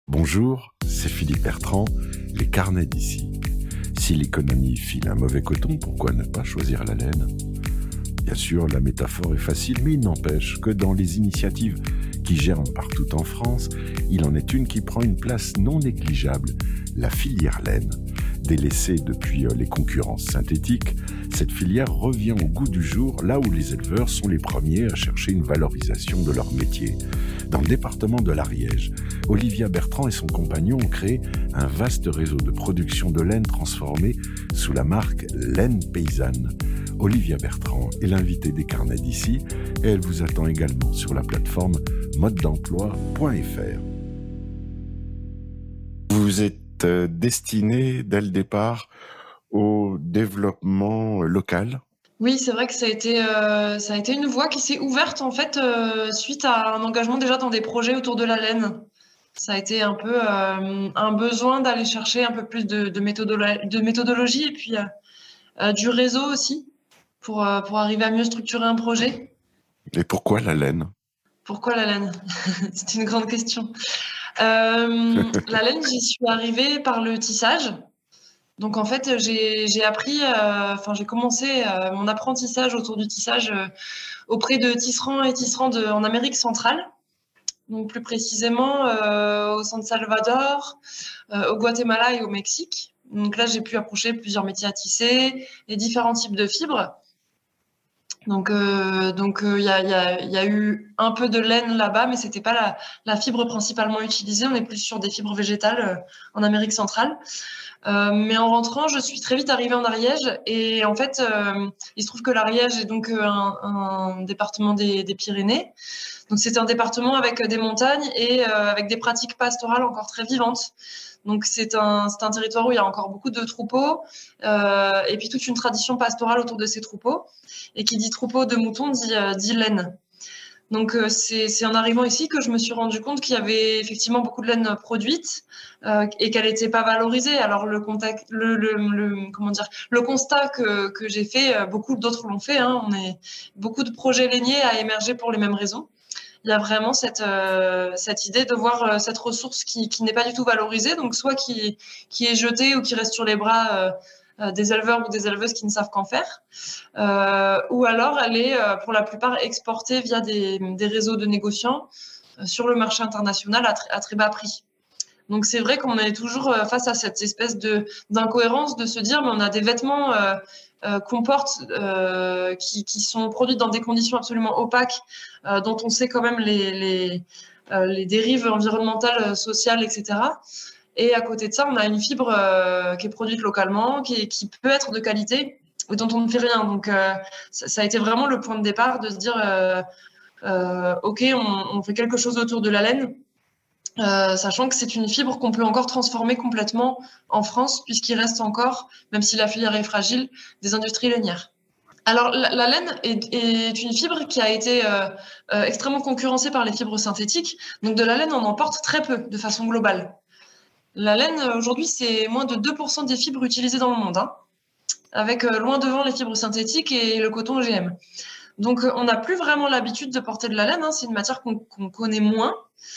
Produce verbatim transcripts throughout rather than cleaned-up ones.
Bonjour, c'est Philippe Bertrand, les carnets d'ici. Si l'économie file un mauvais coton, pourquoi ne pas choisir la laine ? Bien sûr, la métaphore est facile, mais il n'empêche que dans les initiatives qui germent partout en France, il en est une qui prend une place non négligeable, la filière laine. Délaissée depuis les concurrences synthétiques, cette filière revient au goût du jour, là où les éleveurs sont les premiers à chercher une valorisation de leur métier. Dans le département de l'Ariège, Olivia Bertrand et son compagnon ont créé un vaste réseau de production de laine transformée sous la marque Laine Paysanne. Olivia Bertrand est l'invitée des carnets d'ici et elle vous attend également sur la plateforme mode d'emploi point f r. Vous êtes destinée dès le départ au développement local ? Oui, c'est vrai que ça a été, euh, ça a été une voie qui s'est ouverte en fait euh, suite à un engagement déjà dans des projets autour de la laine. Ça a été un peu euh, un besoin d'aller chercher un peu plus de, de, méthodolo- de méthodologie et puis euh, euh, du réseau aussi pour, euh, pour arriver à mieux structurer un projet. Et pourquoi la laine ? Pourquoi la laine ? C'est une grande question. Euh, la laine, j'y suis arrivée par le tissage. Donc en fait, j'ai, j'ai appris, euh, enfin j'ai commencé euh, mon apprentissage autour du tissage euh, auprès de tisserands et tisserands de, en Amérique centrale. Donc plus précisément euh, au San Salvador, euh, au Guatemala et au Mexique. Donc là, j'ai pu approcher plusieurs métiers à tisser et différents types de fibres. Donc, euh, donc, il euh, y, a, y, a, y a eu un peu de laine là-bas, mais c'était pas la, la fibre principalement utilisée. On est plus sur des fibres végétales euh, en Amérique centrale. Euh, mais en rentrant, je suis très vite arrivée en Ariège et en fait, euh, il se trouve que l'Ariège est donc un, un département des, des Pyrénées. Donc c'est un département avec des montagnes et euh, avec des pratiques pastorales encore très vivantes. Donc c'est un, c'est un territoire où il y a encore beaucoup de troupeaux euh, et puis toute une tradition pastorale autour de ces troupeaux. Et qui dit troupeau de moutons dit, euh, dit laine. Donc euh, c'est, c'est en arrivant ici que je me suis rendu compte qu'il y avait effectivement beaucoup de laine produite euh, et qu'elle n'était pas valorisée. Alors le, contact, le, le, le, comment dire, le constat que, que j'ai fait, euh, beaucoup d'autres l'ont fait, hein, on est beaucoup de projets lainiers à émerger pour les mêmes raisons. Il y a vraiment cette, euh, cette idée de voir euh, cette ressource qui, qui n'est pas du tout valorisée, donc soit qui, qui est jetée ou qui reste sur les bras euh, euh, des éleveurs ou des éleveuses qui ne savent qu'en faire, euh, ou alors elle est euh, pour la plupart exportée via des, des réseaux de négociants euh, sur le marché international à, tr- à très bas prix. Donc c'est vrai qu'on est toujours face à cette espèce de, d'incohérence de se dire mais on a des vêtements euh, euh, qu'on porte euh, qui, qui sont produits dans des conditions absolument opaques, euh, dont on sait quand même les, les, euh, les dérives environnementales, sociales, et cetera. Et à côté de ça, on a une fibre euh, qui est produite localement, qui, qui peut être de qualité et dont on ne fait rien. Donc euh, ça, ça a été vraiment le point de départ de se dire euh, euh, ok, on, on fait quelque chose autour de la laine. Euh, sachant que c'est une fibre qu'on peut encore transformer complètement en France, puisqu'il reste encore, même si la filière est fragile, des industries lainières. Alors, la, la laine est, est une fibre qui a été euh, euh, extrêmement concurrencée par les fibres synthétiques. Donc, de la laine, on en porte très peu, de façon globale. La laine, aujourd'hui, c'est moins de deux pour cent des fibres utilisées dans le monde, hein, avec euh, loin devant les fibres synthétiques et le coton O G M. Donc, on n'a plus vraiment l'habitude de porter de la laine, hein, c'est une matière qu'on, qu'on connaît moins.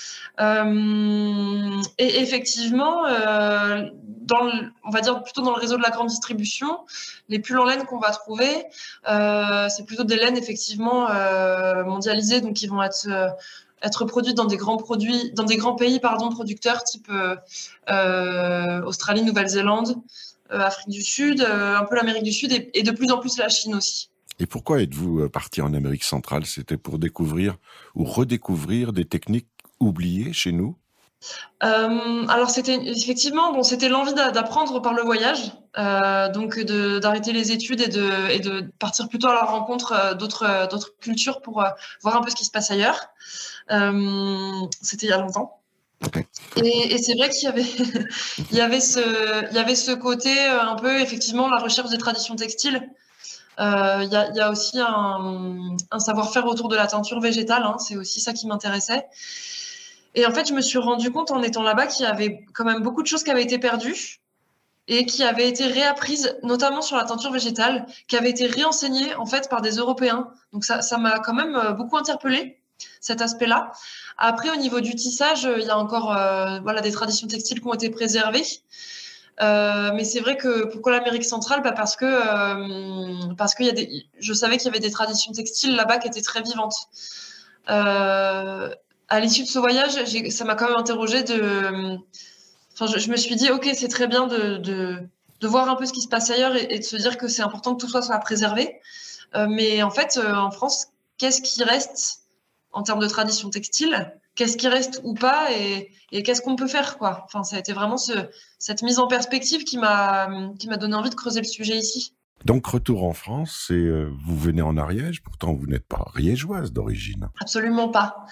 Euh, et effectivement, euh, dans le, on va dire plutôt dans le réseau de la grande distribution, les pulls en laine qu'on va trouver, euh, c'est plutôt des laines effectivement euh, mondialisées, donc qui vont être euh, être produites dans des grands produits, dans des grands pays pardon producteurs type euh, euh, Australie, Nouvelle-Zélande, euh, Afrique du Sud, euh, un peu l'Amérique du Sud et, et de plus en plus la Chine aussi. Et pourquoi êtes-vous parti en Amérique centrale ? C'était pour découvrir ou redécouvrir des techniques oubliées chez nous ? Euh, alors c'était effectivement bon, c'était l'envie d'apprendre par le voyage, euh, donc de, d'arrêter les études et de, et de partir plutôt à la rencontre d'autres, d'autres cultures pour euh, voir un peu ce qui se passe ailleurs. Euh, c'était il y a longtemps. Et, et c'est vrai qu'il y avait, il y avait ce, il y avait ce côté un peu effectivement la recherche des traditions textiles. Euh, il y a, il y a aussi un, un savoir-faire autour de la teinture végétale, hein, c'est aussi ça qui m'intéressait. Et en fait, je me suis rendu compte en étant là-bas qu'il y avait quand même beaucoup de choses qui avaient été perdues et qui avaient été réapprises, notamment sur la teinture végétale, qui avaient été réenseignées en fait par des Européens. Donc ça, ça m'a quand même beaucoup interpellée. cet aspect-là. Après, au niveau du tissage, il y a encore euh, voilà, des traditions textiles qui ont été préservées. Euh, mais c'est vrai que pourquoi l'Amérique centrale, bah parce que euh, parce qu'il y a des, je savais qu'il y avait des traditions textiles là-bas qui étaient très vivantes. Euh, à l'issue de ce voyage, j'ai, ça m'a quand même interrogée de, enfin, je, je me suis dit, ok, c'est très bien de, de de voir un peu ce qui se passe ailleurs et, et de se dire que c'est important que tout soit soit préservé. Euh, mais en fait, euh, en France, qu'est-ce qui reste en termes de tradition textile? Qu'est-ce qui reste ou pas et, et qu'est-ce qu'on peut faire, quoi. Enfin, ça a été vraiment ce, cette mise en perspective qui m'a, qui m'a donné envie de creuser le sujet ici. Donc, retour en France, et euh, vous venez en Ariège, pourtant vous n'êtes pas ariégeoise d'origine. Absolument pas.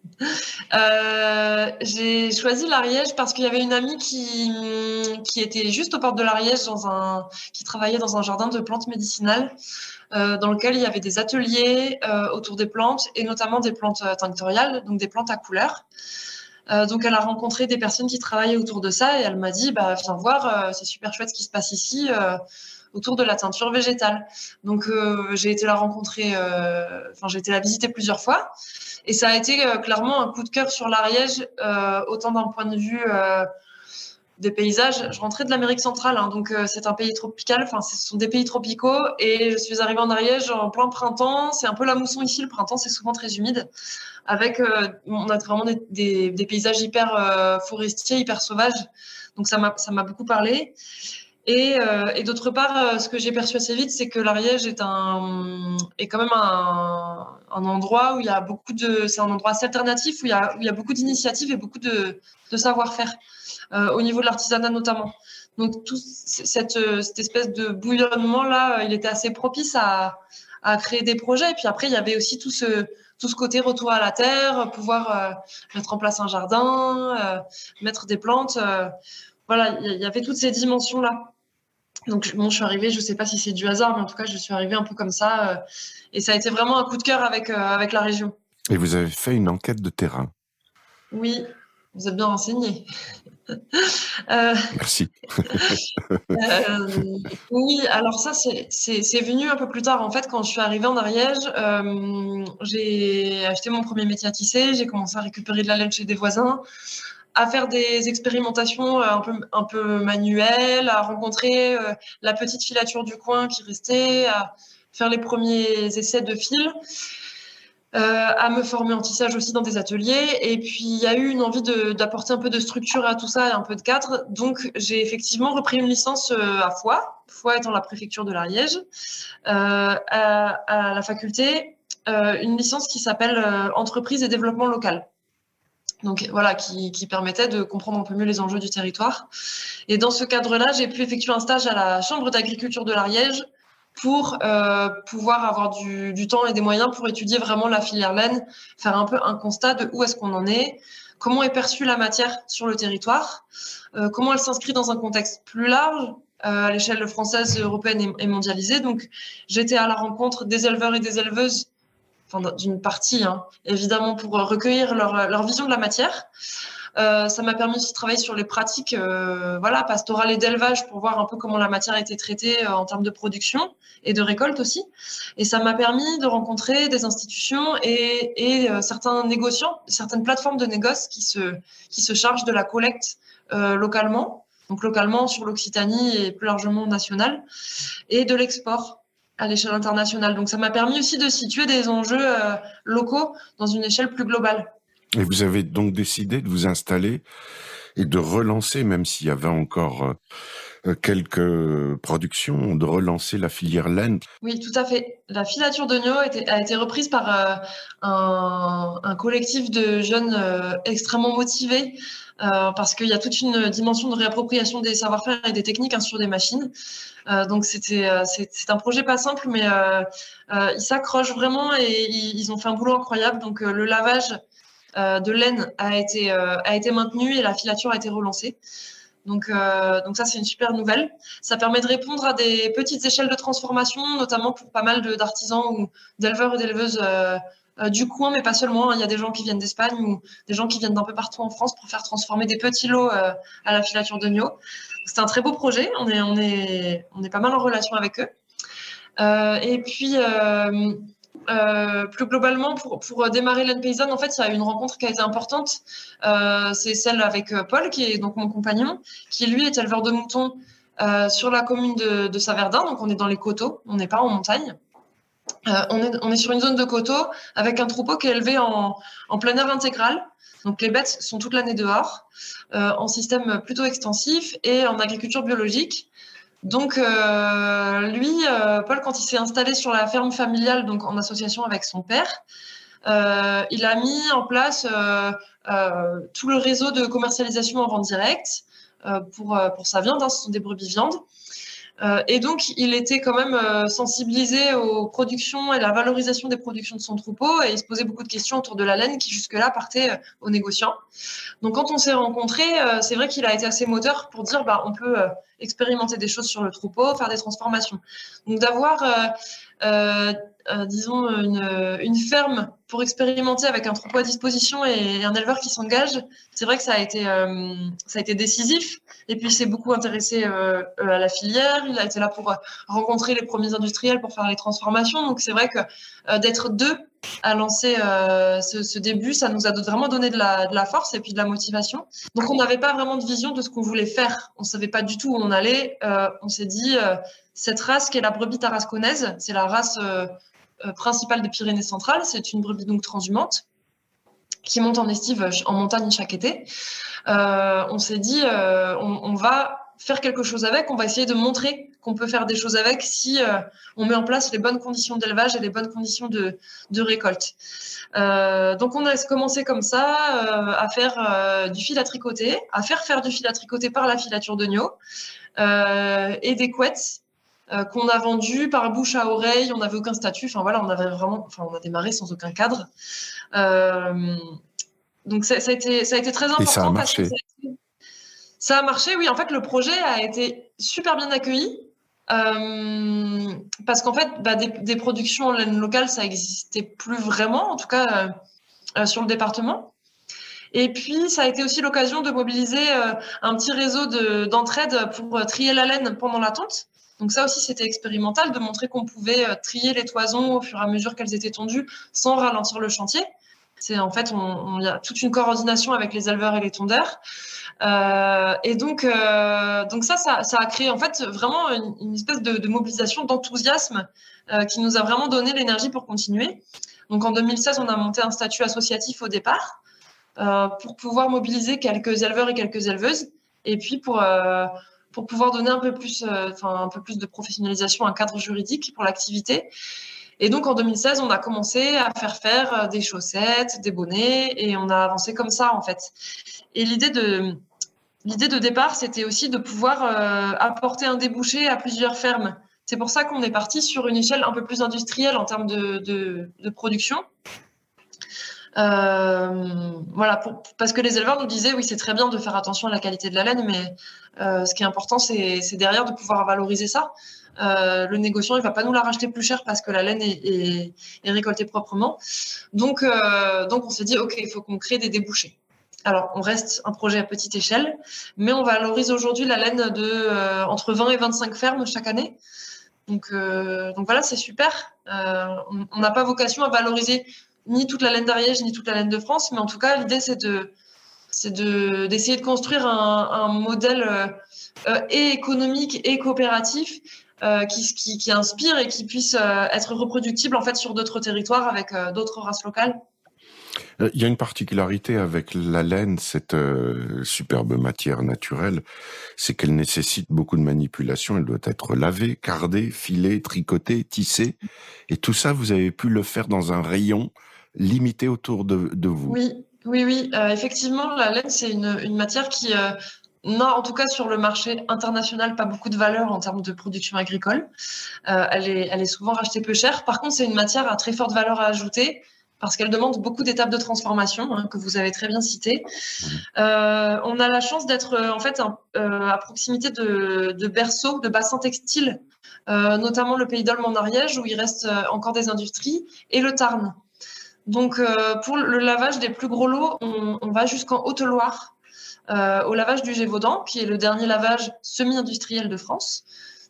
Euh, j'ai choisi l'Ariège parce qu'il y avait une amie qui, qui était juste aux portes de l'Ariège, dans un, qui travaillait dans un jardin de plantes médicinales, euh, dans lequel il y avait des ateliers euh, autour des plantes, et notamment des plantes tinctoriales, donc des plantes à couleurs. Euh, donc, elle a rencontré des personnes qui travaillaient autour de ça, et elle m'a dit, bah, viens voir, euh, c'est super chouette ce qui se passe ici, euh, autour de la teinture végétale. Donc, euh, j'ai été la rencontrer, euh, enfin, j'ai été la visiter plusieurs fois. Et ça a été euh, clairement un coup de cœur sur l'Ariège, euh, autant d'un point de vue euh, des paysages. Je rentrais de l'Amérique centrale, hein, donc euh, c'est un pays tropical, enfin ce sont des pays tropicaux, et je suis arrivée en Ariège en plein printemps. C'est un peu la mousson ici, le printemps c'est souvent très humide, avec euh, on a vraiment des, des, des paysages hyper euh, forestiers, hyper sauvages, donc ça m'a ça m'a beaucoup parlé. Et, euh, et d'autre part, euh, ce que j'ai perçu assez vite, c'est que l'Ariège est un est quand même un, un endroit où il y a beaucoup de, c'est un endroit assez alternatif où il y a où il y a beaucoup d'initiatives et beaucoup de, de savoir-faire euh, au niveau de l'artisanat notamment. Donc tout cette cette espèce de bouillonnement là, il était assez propice à à créer des projets. Et puis après, il y avait aussi tout ce tout ce côté retour à la terre, pouvoir euh, mettre en place un jardin, euh, mettre des plantes. Euh, voilà, il y avait toutes ces dimensions là. Donc, bon, je suis arrivée, je ne sais pas si c'est du hasard, mais en tout cas, je suis arrivée un peu comme ça. Euh, et ça a été vraiment un coup de cœur avec, euh, avec la région. Et vous avez fait une enquête de terrain. Oui, vous êtes bien renseignés. euh, Merci. euh, oui, alors ça, c'est, c'est, c'est venu un peu plus tard. En fait, quand je suis arrivée en Ariège, euh, j'ai acheté mon premier métier à tisser, j'ai commencé à récupérer de la laine chez des voisins, à faire des expérimentations un peu, un peu manuelles, à rencontrer euh, la petite filature du coin qui restait, à faire les premiers essais de fil, euh, à me former en tissage aussi dans des ateliers. Et puis, il y a eu une envie de, d'apporter un peu de structure à tout ça et un peu de cadre. Donc, j'ai effectivement repris une licence à Foix, Foix étant la préfecture de l'Ariège, euh, à, à la faculté, euh, une licence qui s'appelle euh, Entreprise et développement local. Donc voilà, qui, qui permettait de comprendre un peu mieux les enjeux du territoire. Et dans ce cadre-là, j'ai pu effectuer un stage à la Chambre d'agriculture de l'Ariège pour euh, pouvoir avoir du, du temps et des moyens pour étudier vraiment la filière laine, faire un peu un constat de où est-ce qu'on en est, comment est perçue la matière sur le territoire, euh, comment elle s'inscrit dans un contexte plus large, euh, à l'échelle française, européenne et, et mondialisée. Donc j'étais à la rencontre des éleveurs et des éleveuses, enfin d'une partie, hein, évidemment, pour recueillir leur, leur vision de la matière. Euh, ça m'a permis aussi de travailler sur les pratiques euh, voilà, pastorales et d'élevage pour voir un peu comment la matière a été traitée euh, en termes de production et de récolte aussi. Et ça m'a permis de rencontrer des institutions et, et euh, certains négociants, certaines plateformes de négoce qui se, qui se chargent de la collecte euh, localement, donc localement sur l'Occitanie et plus largement national, et de l'export à l'échelle internationale. Donc ça m'a permis aussi de situer des enjeux euh, locaux dans une échelle plus globale. Et vous avez donc décidé de vous installer et de relancer, même s'il y avait encore euh, quelques productions, de relancer la filière laine. Oui, tout à fait. La filature de Nio a été, a été reprise par euh, un, un collectif de jeunes euh, extrêmement motivés, euh, parce qu'il y a toute une dimension de réappropriation des savoir-faire et des techniques hein, sur des machines. Euh, donc c'était euh, c'est, c'est un projet pas simple, mais euh, euh, ils s'accrochent vraiment et ils, ils ont fait un boulot incroyable. Donc euh, le lavage euh, de laine a été euh, a été maintenu et la filature a été relancée. Donc, euh, donc ça, c'est une super nouvelle. Ça permet de répondre à des petites échelles de transformation, notamment pour pas mal de, d'artisans ou d'éleveurs et d'éleveuses euh, euh, du coin, mais pas seulement. Il y a des gens qui viennent d'Espagne ou des gens qui viennent d'un peu partout en France pour faire transformer des petits lots euh, à la filature de Nio. C'est un très beau projet. On est, on est, on est pas mal en relation avec eux. Euh, et puis, euh, euh, plus globalement, pour, pour démarrer Laine Paysanne, en fait, il y a une rencontre qui a été importante. Euh, c'est celle avec Paul, qui est donc mon compagnon, qui lui est éleveur de moutons euh, sur la commune de, de Saverdun. Donc, on est dans les coteaux, on n'est pas en montagne. Euh, on, est, on est sur une zone de coteaux avec un troupeau qui est élevé en, en plein air intégral. Donc, les bêtes sont toute l'année dehors, euh, en système plutôt extensif et en agriculture biologique. Donc, euh, lui, euh, Paul, quand il s'est installé sur la ferme familiale, donc en association avec son père, euh, il a mis en place euh, euh, tout le réseau de commercialisation en vente directe euh, pour, pour sa viande, hein, ce sont des brebis viandes. Euh, et donc, il était quand même euh, sensibilisé aux productions et la valorisation des productions de son troupeau, et il se posait beaucoup de questions autour de la laine qui jusque-là partait euh, aux négociants. Donc, quand on s'est rencontrés, euh, c'est vrai qu'il a été assez moteur pour dire bah, on peut euh, expérimenter des choses sur le troupeau, faire des transformations. Donc, d'avoir, euh, euh, euh, disons, une, une ferme pour expérimenter avec un troupeau à disposition et un éleveur qui s'engage, c'est vrai que ça a été, euh, ça a été décisif. Et puis, il s'est beaucoup intéressé euh, à la filière. Il a été là pour rencontrer les premiers industriels pour faire les transformations. Donc, c'est vrai que euh, d'être deux à lancer euh, ce, ce début, ça nous a vraiment donné de la, de la force et puis de la motivation. Donc, on n'avait pas vraiment de vision de ce qu'on voulait faire. On ne savait pas du tout où on allait. Euh, on s'est dit, euh, cette race qui est la brebis tarasconnaise, c'est la race euh, euh, principale des Pyrénées centrales. C'est une brebis donc transhumante qui monte en estive en montagne chaque été. Euh, on s'est dit, euh, on, on va faire quelque chose avec, on va essayer de montrer qu'on peut faire des choses avec si euh, on met en place les bonnes conditions d'élevage et les bonnes conditions de, de récolte. Euh, donc on a commencé comme ça euh, à faire euh, du fil à tricoter, à faire faire du fil à tricoter par la filature de Nio euh, et des couettes euh, qu'on a vendues par bouche à oreille. On n'avait aucun statut, enfin voilà, on avait vraiment, enfin on a démarré sans aucun cadre. Euh, donc ça, ça, a été, ça a été très important. Et ça a marché. Parce que ça, a été... ça a marché, oui. En fait, le projet a été super bien accueilli euh, parce qu'en fait, bah, des, des productions en laine locale, ça n'existait plus vraiment, en tout cas euh, sur le département. Et puis, ça a été aussi l'occasion de mobiliser euh, un petit réseau de, d'entraide pour euh, trier la laine pendant la tonte. Donc ça aussi, c'était expérimental, de montrer qu'on pouvait euh, trier les toisons au fur et à mesure qu'elles étaient tondues sans ralentir le chantier. C'est en fait, on, on y a toute une coordination avec les éleveurs et les tondeurs. Euh, et donc, euh, donc ça, ça, ça a créé en fait vraiment une, une espèce de, de mobilisation, d'enthousiasme euh, qui nous a vraiment donné l'énergie pour continuer. Donc en deux mille seize, on a monté un statut associatif au départ euh, pour pouvoir mobiliser quelques éleveurs et quelques éleveuses, et puis pour euh, pour pouvoir donner un peu plus, euh, enfin un peu plus de professionnalisation, un cadre juridique pour l'activité. Et donc, en deux mille seize, on a commencé à faire faire des chaussettes, des bonnets, et on a avancé comme ça, en fait. Et l'idée de, l'idée de départ, c'était aussi de pouvoir euh, apporter un débouché à plusieurs fermes. C'est pour ça qu'on est parti sur une échelle un peu plus industrielle en termes de, de, de production. Euh, voilà, pour, parce que les éleveurs nous disaient, oui, c'est très bien de faire attention à la qualité de la laine, mais euh, ce qui est important, c'est, c'est derrière de pouvoir valoriser ça. Euh, le négociant, il va pas nous la racheter plus cher parce que la laine est, est, est récoltée proprement. Donc, euh, donc on s'est dit, ok, il faut qu'on crée des débouchés. Alors, on reste un projet à petite échelle, mais on valorise aujourd'hui la laine de euh, entre vingt et vingt-cinq fermes chaque année. Donc, euh, donc voilà, c'est super. Euh, on n'a pas vocation à valoriser ni toute la laine d'Ariège, ni toute la laine de France, mais en tout cas, l'idée, c'est de, c'est de, d'essayer de construire un, un modèle euh, et économique et coopératif Euh, qui, qui, qui inspire et qui puisse euh, être reproductible en fait sur d'autres territoires avec euh, d'autres races locales. Il y a une particularité avec la laine, cette euh, superbe matière naturelle, c'est qu'elle nécessite beaucoup de manipulation. Elle doit être lavée, cardée, filée, tricotée, tissée. Et tout ça, vous avez pu le faire dans un rayon limité autour de, de vous. Oui, oui, oui. Euh, effectivement, la laine, c'est une, une matière qui... Euh, n'a en tout cas sur le marché international pas beaucoup de valeur en termes de production agricole. Euh, elle est, elle est souvent rachetée peu cher. Par contre, c'est une matière à très forte valeur à ajouter parce qu'elle demande beaucoup d'étapes de transformation hein, que vous avez très bien citées. Euh, on a la chance d'être en fait un, euh, à proximité de, de berceaux, de bassins textiles, euh, notamment le Pays d'Olme en Ariège où il reste encore des industries et le Tarn. Donc, euh, pour le lavage des plus gros lots, on, on va jusqu'en Haute-Loire. Euh, au lavage du Gévaudan, qui est le dernier lavage semi-industriel de France.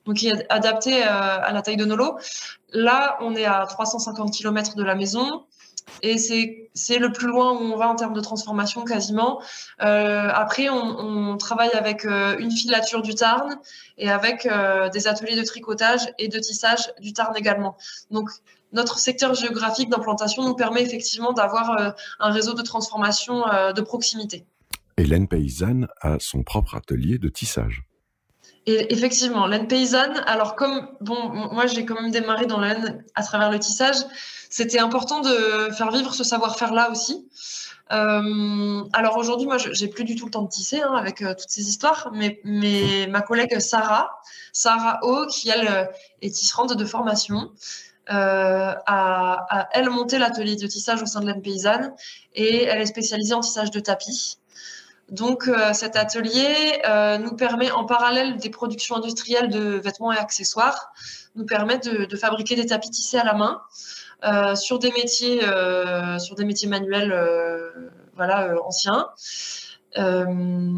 donc qui est adapté euh, à la taille de nos lots. Là, on est à trois cent cinquante kilomètres de la maison. Et c'est, c'est le plus loin où on va en termes de transformation quasiment. Euh, après, on, on travaille avec euh, une filature du Tarn et avec euh, des ateliers de tricotage et de tissage du Tarn également. Donc, notre secteur géographique d'implantation nous permet effectivement d'avoir euh, un réseau de transformation euh, de proximité. Et Laine Paysanne a son propre atelier de tissage. Et effectivement, laine paysanne, alors comme, bon, moi j'ai quand même démarré dans la laine à travers le tissage, c'était important de faire vivre ce savoir-faire-là aussi. Euh, alors aujourd'hui, moi, je, j'ai plus du tout le temps de tisser hein, avec euh, toutes ces histoires, mais, mais ma collègue Sarah, Sarah O, qui elle euh, est tisserande de formation, euh, a, a elle monté l'atelier de tissage au sein de Laine Paysanne et elle est spécialisée en tissage de tapis. Donc euh, cet atelier euh, nous permet, en parallèle des productions industrielles de vêtements et accessoires, nous permet de, de fabriquer des tapis tissés à la main euh, sur des métiers, euh, sur des métiers manuels, euh, voilà, euh, anciens. Euh,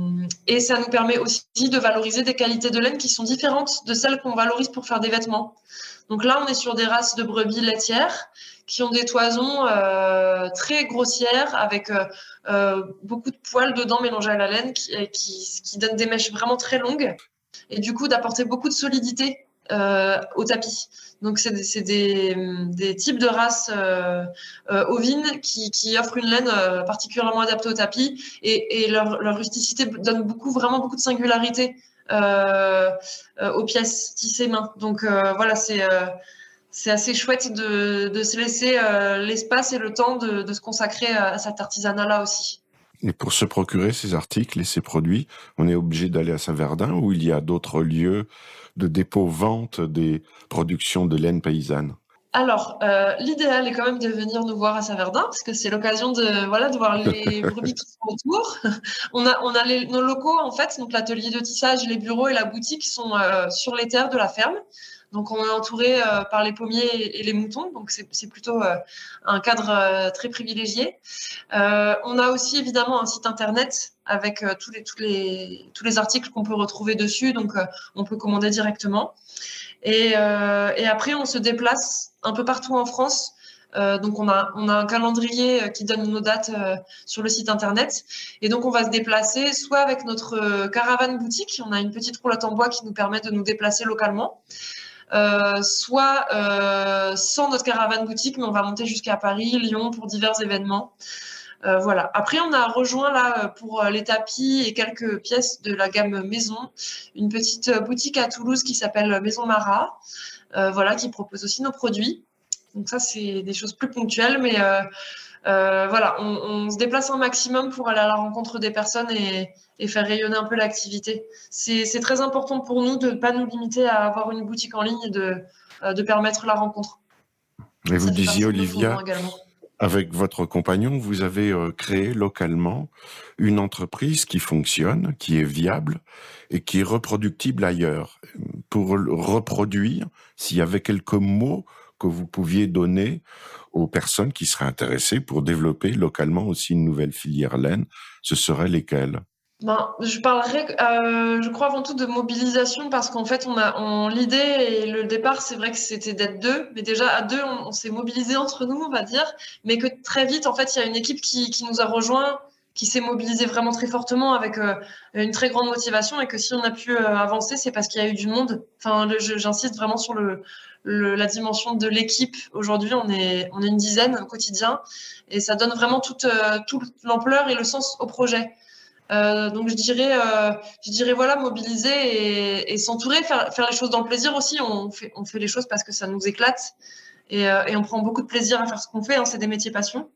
et ça nous permet aussi de valoriser des qualités de laine qui sont différentes de celles qu'on valorise pour faire des vêtements. Donc là, on est sur des races de brebis laitières qui ont des toisons euh, très grossières avec euh, euh, beaucoup de poils dedans mélangés à la laine qui, qui, qui donnent des mèches vraiment très longues et du coup d'apporter beaucoup de solidité euh, au tapis. Donc c'est, des, c'est des, des types de races euh, euh, ovines qui, qui offrent une laine euh, particulièrement adaptée au tapis et, et leur, leur rusticité donne beaucoup, vraiment beaucoup de singularité euh, euh, aux pièces tissées main. Donc euh, voilà, c'est... Euh, C'est assez chouette de, de se laisser euh, l'espace et le temps de, de se consacrer à cet artisanat-là aussi. Et pour se procurer ces articles et ces produits, on est obligé d'aller à Saverdun ou il y a d'autres lieux de dépôt-vente des productions de laine paysanne? Alors, euh, l'idéal est quand même de venir nous voir à Saverdun, parce que c'est l'occasion de, voilà, de voir les brebis qui sont autour. On a, on a les, nos locaux, en fait, donc l'atelier de tissage, les bureaux et la boutique sont euh, sur les terres de la ferme. Donc, on est entouré euh, par les pommiers et les moutons, donc c'est, c'est plutôt euh, un cadre euh, très privilégié. Euh, on a aussi évidemment un site internet avec euh, tous les, tous les, tous les articles qu'on peut retrouver dessus, donc euh, on peut commander directement. Et, euh, et après, on se déplace un peu partout en France. Euh, donc, on a, on a un calendrier qui donne nos dates euh, sur le site internet. Et donc, on va se déplacer soit avec notre euh, caravane boutique. On a une petite roulotte en bois qui nous permet de nous déplacer localement. Euh, soit euh, sans notre caravane boutique, mais on va monter jusqu'à Paris, Lyon pour divers événements. Euh, voilà. Après, on a rejoint là pour les tapis et quelques pièces de la gamme Maison, une petite boutique à Toulouse qui s'appelle Maison Marat, euh, voilà, qui propose aussi nos produits. Donc ça, c'est des choses plus ponctuelles, mais euh, euh, voilà, on, on se déplace un maximum pour aller à la rencontre des personnes et, et faire rayonner un peu l'activité. C'est, c'est très important pour nous de ne pas nous limiter à avoir une boutique en ligne et de, de permettre la rencontre. Et vous disiez, Olivia, avec votre compagnon, vous avez euh, créé localement une entreprise qui fonctionne, qui est viable et qui est reproductible ailleurs. Pour reproduire, s'il y avait quelques mots que vous pouviez donner aux personnes qui seraient intéressées pour développer localement aussi une nouvelle filière laine, ce seraient lesquels? Ben, je parlerai, euh, je crois avant tout de mobilisation parce qu'en fait, on a, on, l'idée et le départ, c'est vrai que c'était d'être deux, mais déjà à deux, on, on s'est mobilisé entre nous, on va dire, mais que très vite, en fait, il y a une équipe qui, qui nous a rejoints, qui s'est mobilisée vraiment très fortement avec euh, une très grande motivation et que si on a pu euh, avancer, c'est parce qu'il y a eu du monde. Enfin, le, je, j'insiste vraiment sur le, le, la dimension de l'équipe. Aujourd'hui, on est, on est une dizaine au quotidien et ça donne vraiment toute, euh, toute l'ampleur et le sens au projet. Euh, donc je dirais, euh, je dirais voilà, mobiliser et, et s'entourer, faire, faire les choses dans le plaisir aussi. On fait, on fait les choses parce que ça nous éclate et, euh, et on prend beaucoup de plaisir à faire ce qu'on fait. Hein, c'est des métiers passion.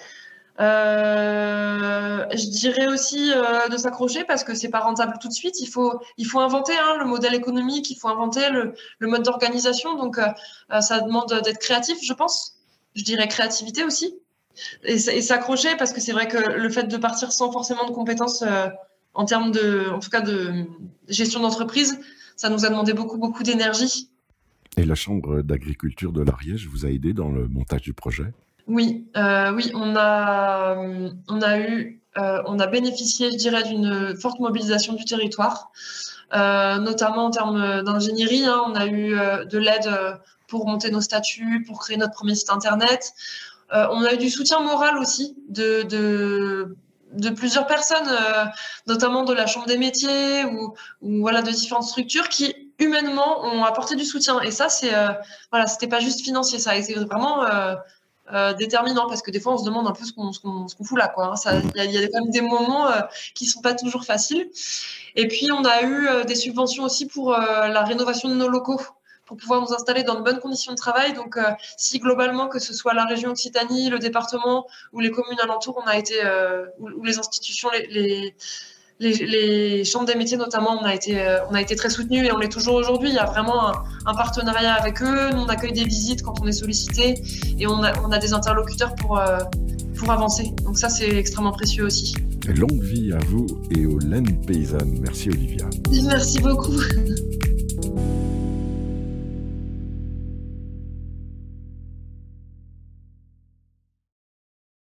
Euh, je dirais aussi euh, de s'accrocher parce que c'est pas rentable tout de suite. Il faut, il faut inventer hein, le modèle économique, il faut inventer le, le mode d'organisation. Donc euh, ça demande d'être créatif, je pense. Je dirais créativité aussi. Et, et s'accrocher parce que c'est vrai que le fait de partir sans forcément de compétences euh, en termes de, en tout cas de gestion d'entreprise, ça nous a demandé beaucoup beaucoup d'énergie. Et la Chambre d'agriculture de l'Ariège vous a aidé dans le montage du projet? Oui, euh, oui, on a on a eu euh, on a bénéficié, je dirais, d'une forte mobilisation du territoire, euh, notamment en termes d'ingénierie. Hein, on a eu euh, de l'aide pour monter nos statuts, pour créer notre premier site internet. Euh, on a eu du soutien moral aussi de, de, de plusieurs personnes, euh, notamment de la Chambre des métiers ou, ou voilà, de différentes structures qui, humainement, ont apporté du soutien. Et ça, c'est, euh, voilà, c'était pas juste financier, ça a été vraiment euh, euh, déterminant parce que des fois, on se demande un peu ce qu'on, ce qu'on, ce qu'on fout là, quoi. Il y a, y a quand même des moments euh, qui sont pas toujours faciles. Et puis, on a eu euh, des subventions aussi pour euh, la rénovation de nos locaux, pour pouvoir nous installer dans de bonnes conditions de travail. Donc, euh, si globalement, que ce soit la région Occitanie, le département ou les communes alentours, on a été, euh, ou, ou les institutions, les, les, les, les chambres des métiers notamment, on a été, euh, on a été très soutenus et on l'est toujours aujourd'hui. Il y a vraiment un, un partenariat avec eux. Nous, on accueille des visites quand on est sollicité et on a, on a des interlocuteurs pour, euh, pour avancer. Donc ça, c'est extrêmement précieux aussi. Longue vie à vous et aux laines paysannes. Merci Olivia. Merci beaucoup.